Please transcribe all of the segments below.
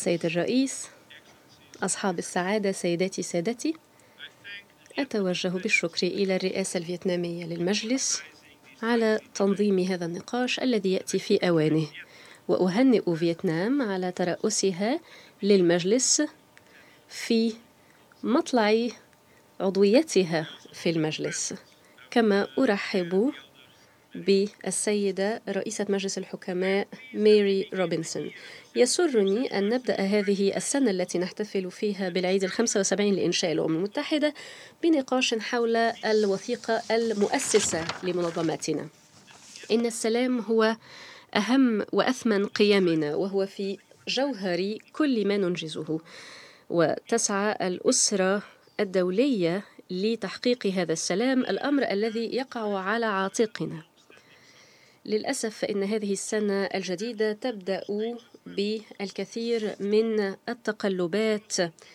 السيد الرئيس، أصحاب السعادة، سيداتي سادتي، أتوجه بالشكر إلى الرئاسة الفيتنامية للمجلس على تنظيم هذا النقاش الذي يأتي في أوانه، وأهنئ فيتنام على ترأسها للمجلس في مطلع عضويتها في المجلس، كما أرحب بالسيدة رئيسة مجلس الحكماء ماري روبنسون. يسرني أن نبدأ هذه السنة التي نحتفل فيها بالعيد 75 لإنشاء الأمم المتحدة بنقاش حول الوثيقة المؤسسة لمنظماتنا. إن السلام هو أهم وأثمن قيمنا، وهو في جوهر كل ما ننجزه، وتسعى الأسرة الدولية لتحقيق هذا السلام، الأمر الذي يقع على عاتقنا. للأسف فإن هذه السنة الجديدة تبدأ بالكثير من التقلبات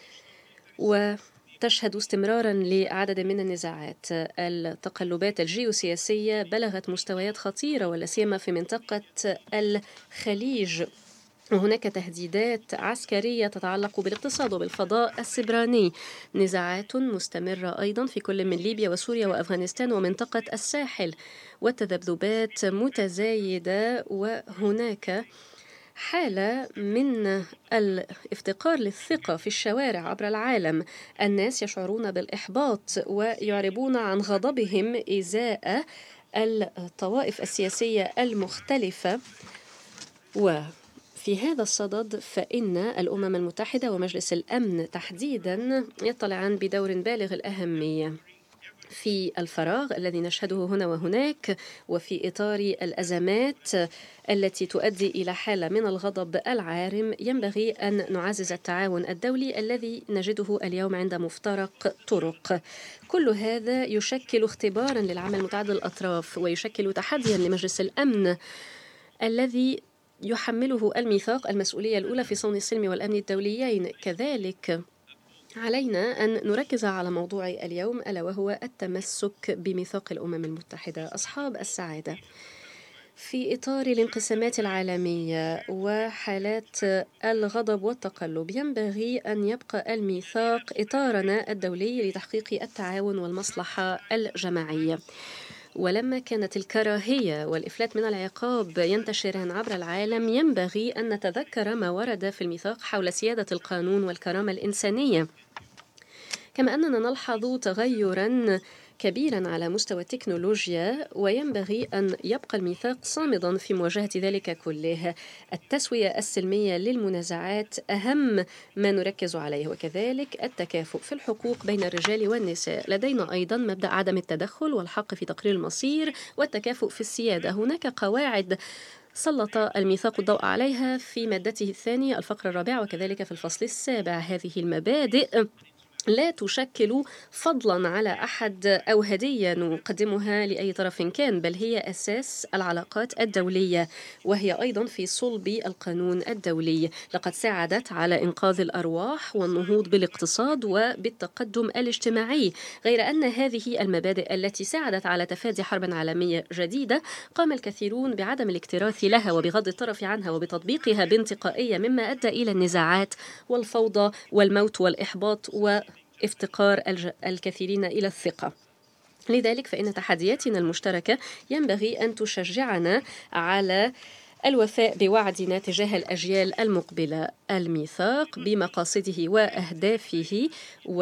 وتشهد استمرارا لعدد من النزاعات. التقلبات الجيوسياسية بلغت مستويات خطيرة، ولا سيما في منطقة الخليج، وهناك تهديدات عسكرية تتعلق بالاقتصاد وبالفضاء السبراني. نزاعات مستمرة أيضا في كل من ليبيا وسوريا وأفغانستان ومنطقة الساحل، والتذبذبات متزايدة، وهناك حالة من الافتقار للثقة في الشوارع عبر العالم. الناس يشعرون بالإحباط ويعربون عن غضبهم إزاء الطوائف السياسية المختلفة. وفي هذا الصدد فإن الأمم المتحدة ومجلس الأمن تحديداً يطلعان بدور بالغ الأهمية في الفراغ الذي نشهده هنا وهناك، وفي إطار الأزمات التي تؤدي إلى حالة من الغضب العارم. ينبغي أن نعزز التعاون الدولي الذي نجده اليوم عند مفترق طرق. كل هذا يشكل اختباراً للعمل متعدد الأطراف، ويشكل تحدياً لمجلس الأمن الذي يحمله الميثاق المسؤولية الأولى في صون السلم والأمن الدوليين. كذلك علينا أن نركز على موضوع اليوم، ألا وهو التمسك بميثاق الأمم المتحدة. أصحاب السعادة، في إطار الانقسامات العالمية وحالات الغضب والتقلب، ينبغي أن يبقى الميثاق إطارنا الدولي لتحقيق التعاون والمصلحة الجماعية. ولما كانت الكراهية والإفلات من العقاب ينتشران عبر العالم، ينبغي أن نتذكر ما ورد في الميثاق حول سيادة القانون والكرامة الإنسانية. كما أننا نلحظ تغيراً كبيراً على مستوى التكنولوجيا، وينبغي أن يبقى الميثاق صامداً في مواجهة ذلك كله. التسوية السلمية للمنازعات أهم ما نركز عليه، وكذلك التكافؤ في الحقوق بين الرجال والنساء. لدينا أيضاً مبدأ عدم التدخل والحق في تقرير المصير والتكافؤ في السيادة. هناك قواعد سلط الميثاق الضوء عليها في مادته الثانية الفقرة الرابعة، وكذلك في الفصل السابع. هذه المبادئ لا تشكل فضلاً على أحد أو هدية نقدمها لأي طرف كان، بل هي أساس العلاقات الدولية، وهي أيضاً في صلب القانون الدولي. لقد ساعدت على إنقاذ الأرواح والنهوض بالاقتصاد وبالتقدم الاجتماعي. غير أن هذه المبادئ التي ساعدت على تفادي حرب عالمية جديدة، قام الكثيرون بعدم الاكتراث لها وبغض الطرف عنها وبتطبيقها بانتقائية، مما أدى إلى النزاعات والفوضى والموت والإحباط وافتقار الكثيرين إلى الثقة. لذلك فإن تحدياتنا المشتركة ينبغي أن تشجعنا على الوفاء بوعدنا تجاه الأجيال المقبلة. الميثاق بمقاصده وأهدافه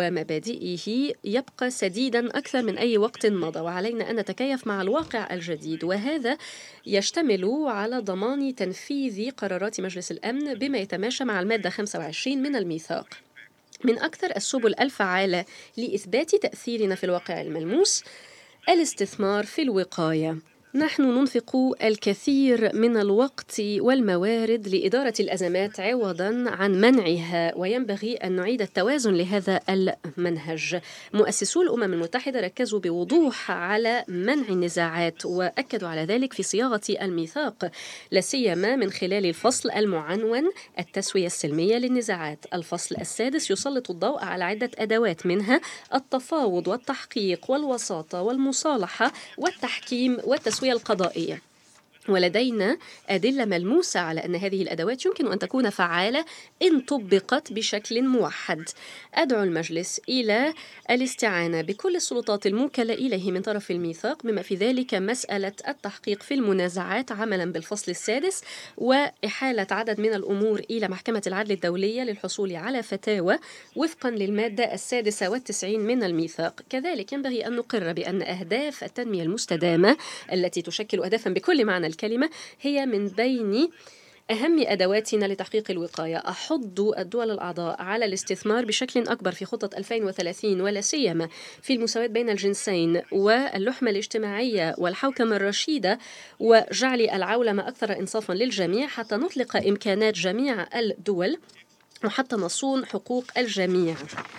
ومبادئه يبقى سديدا أكثر من أي وقت مضى، وعلينا أن نتكيف مع الواقع الجديد، وهذا يشتمل على ضمان تنفيذ قرارات مجلس الأمن بما يتماشى مع المادة 25 من الميثاق. من أكثر السبل الفعالة لإثبات تأثيرنا في الواقع الملموس الاستثمار في الوقاية. نحن ننفق الكثير من الوقت والموارد لإدارة الأزمات عوضاً عن منعها، وينبغي أن نعيد التوازن لهذا المنهج. مؤسسو الأمم المتحدة ركزوا بوضوح على منع النزاعات، وأكدوا على ذلك في صياغة الميثاق، لا سيما من خلال الفصل المعنون التسوية السلمية للنزاعات. الفصل السادس يسلط الضوء على عدة أدوات، منها التفاوض والتحقيق والوساطة والمصالحة والتحكيم والتسوية القضائية. ولدينا أدلة ملموسة على أن هذه الأدوات يمكن أن تكون فعالة إن طبقت بشكل موحد. أدعو المجلس إلى الاستعانة بكل السلطات الموكلة إليه من طرف الميثاق، بما في ذلك مسألة التحقيق في المنازعات عملا بالفصل السادس، وإحالة عدد من الأمور إلى محكمة العدل الدولية للحصول على فتاوى وفقا للمادة 96 من الميثاق. كذلك ينبغي أن نقر بأن أهداف التنمية المستدامة التي تشكل أهدافا بكل معنى الكلمة هي من بين أهم أدواتنا لتحقيق الوقاية. أحض الدول الأعضاء على الاستثمار بشكل أكبر في خطة 2030، ولا سيما في المساواة بين الجنسين واللحمة الاجتماعية والحوكمة الرشيدة، وجعل العولمة أكثر إنصافا للجميع حتى نطلق إمكانات جميع الدول وحتى نصون حقوق الجميع.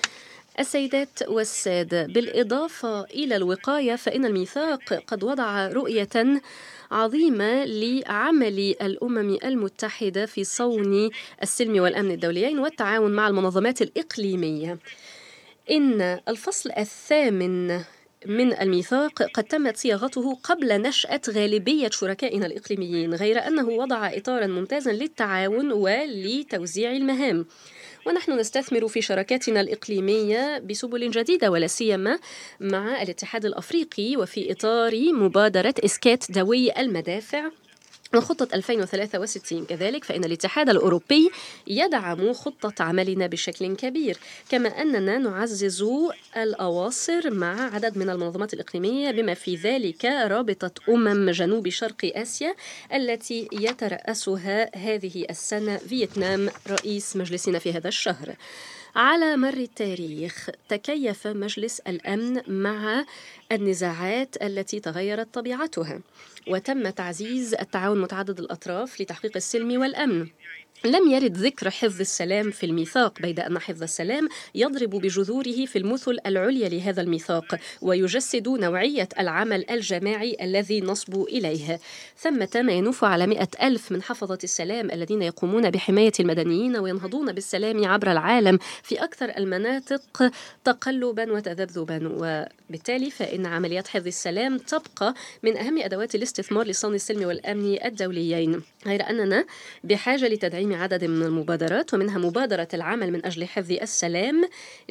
السيدات والسادة، بالإضافة إلى الوقاية فإن الميثاق قد وضع رؤية عظيمة لعمل الأمم المتحدة في صون السلم والأمن الدوليين والتعاون مع المنظمات الإقليمية. إن الفصل 8 من الميثاق قد تمت صياغته قبل نشأة غالبية شركائنا الإقليميين، غير أنه وضع إطاراً ممتازاً للتعاون ولتوزيع المهام، ونحن نستثمر في شراكاتنا الإقليمية بسبل جديدة، ولا سيما مع الاتحاد الأفريقي وفي إطار مبادرة إسكات دوي المدافع وخطة 2063. كذلك فإن الاتحاد الأوروبي يدعم خطة عملنا بشكل كبير، كما أننا نعزز الأواصر مع عدد من المنظمات الإقليمية بما في ذلك رابطة جنوب شرق آسيا التي يترأسها هذه السنة فيتنام رئيس مجلسنا في هذا الشهر. على مر التاريخ تكيف مجلس الأمن مع النزاعات التي تغيرت طبيعتها، وتم تعزيز التعاون متعدد الأطراف لتحقيق السلم والأمن. لم يرد ذكر حفظ السلام في الميثاق، بيد أن حفظ السلام يضرب بجذوره في المثل العليا لهذا الميثاق ويجسد نوعية العمل الجماعي الذي نصبو إليه. ثمة ما ينوف على 100,000 من حفظة السلام الذين يقومون بحماية المدنيين وينهضون بالسلام عبر العالم في أكثر المناطق تقلبا وتذبذبا، وبالتالي فإن عمليات حفظ السلام تبقى من أهم أدوات الاستثمار لصون السلم والأمن الدوليين، غير أننا بحاجة لتدعيم عدد من المبادرات، ومنها مبادرة العمل من أجل حفظ السلام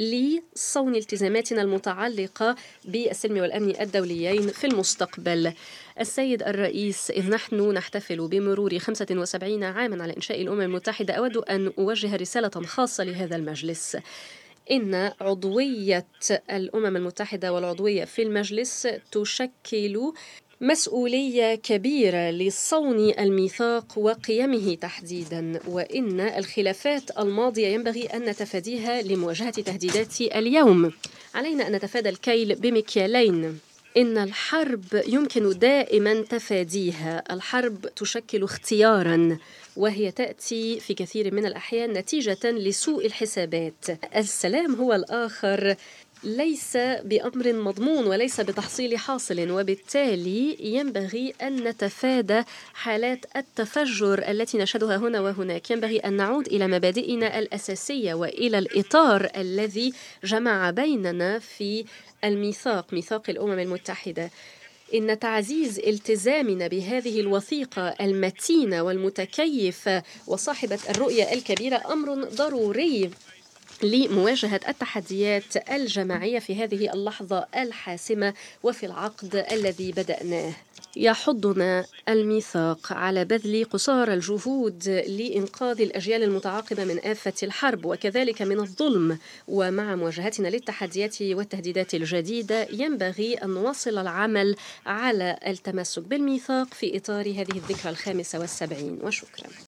لصون التزاماتنا المتعلقة بالسلم والأمن الدوليين في المستقبل. السيد الرئيس، إذ نحن نحتفل بمرور 75 عاماً على إنشاء الأمم المتحدة، أود أن أوجه رسالة خاصة لهذا المجلس. إن عضوية الأمم المتحدة والعضوية في المجلس تشكل مسؤولية كبيرة لصون الميثاق وقيمه تحديداً، وإن الخلافات الماضية ينبغي أن نتفاديها لمواجهة تهديدات اليوم. علينا أن نتفادى الكيل بمكيالين. إن الحرب يمكن دائماً تفاديها، الحرب تشكل اختياراً، وهي تأتي في كثير من الأحيان نتيجة لسوء الحسابات. السلام هو الآخر ليس بأمر مضمون وليس بتحصيل حاصل، وبالتالي ينبغي أن نتفادى حالات التفجر التي نشهدها هنا وهناك. ينبغي أن نعود إلى مبادئنا الأساسية وإلى الإطار الذي جمع بيننا في الميثاق، ميثاق الأمم المتحدة. إن تعزيز التزامنا بهذه الوثيقة المتينة والمتكيفة وصاحبة الرؤية الكبيرة أمر ضروري لمواجهة التحديات الجماعية في هذه اللحظة الحاسمة وفي العقد الذي بدأناه. يحضنا الميثاق على بذل قصارى الجهود لإنقاذ الأجيال المتعاقبة من آفة الحرب وكذلك من الظلم، ومع مواجهتنا للتحديات والتهديدات الجديدة ينبغي أن نواصل العمل على التمسك بالميثاق في إطار هذه الذكرى 75. وشكرا.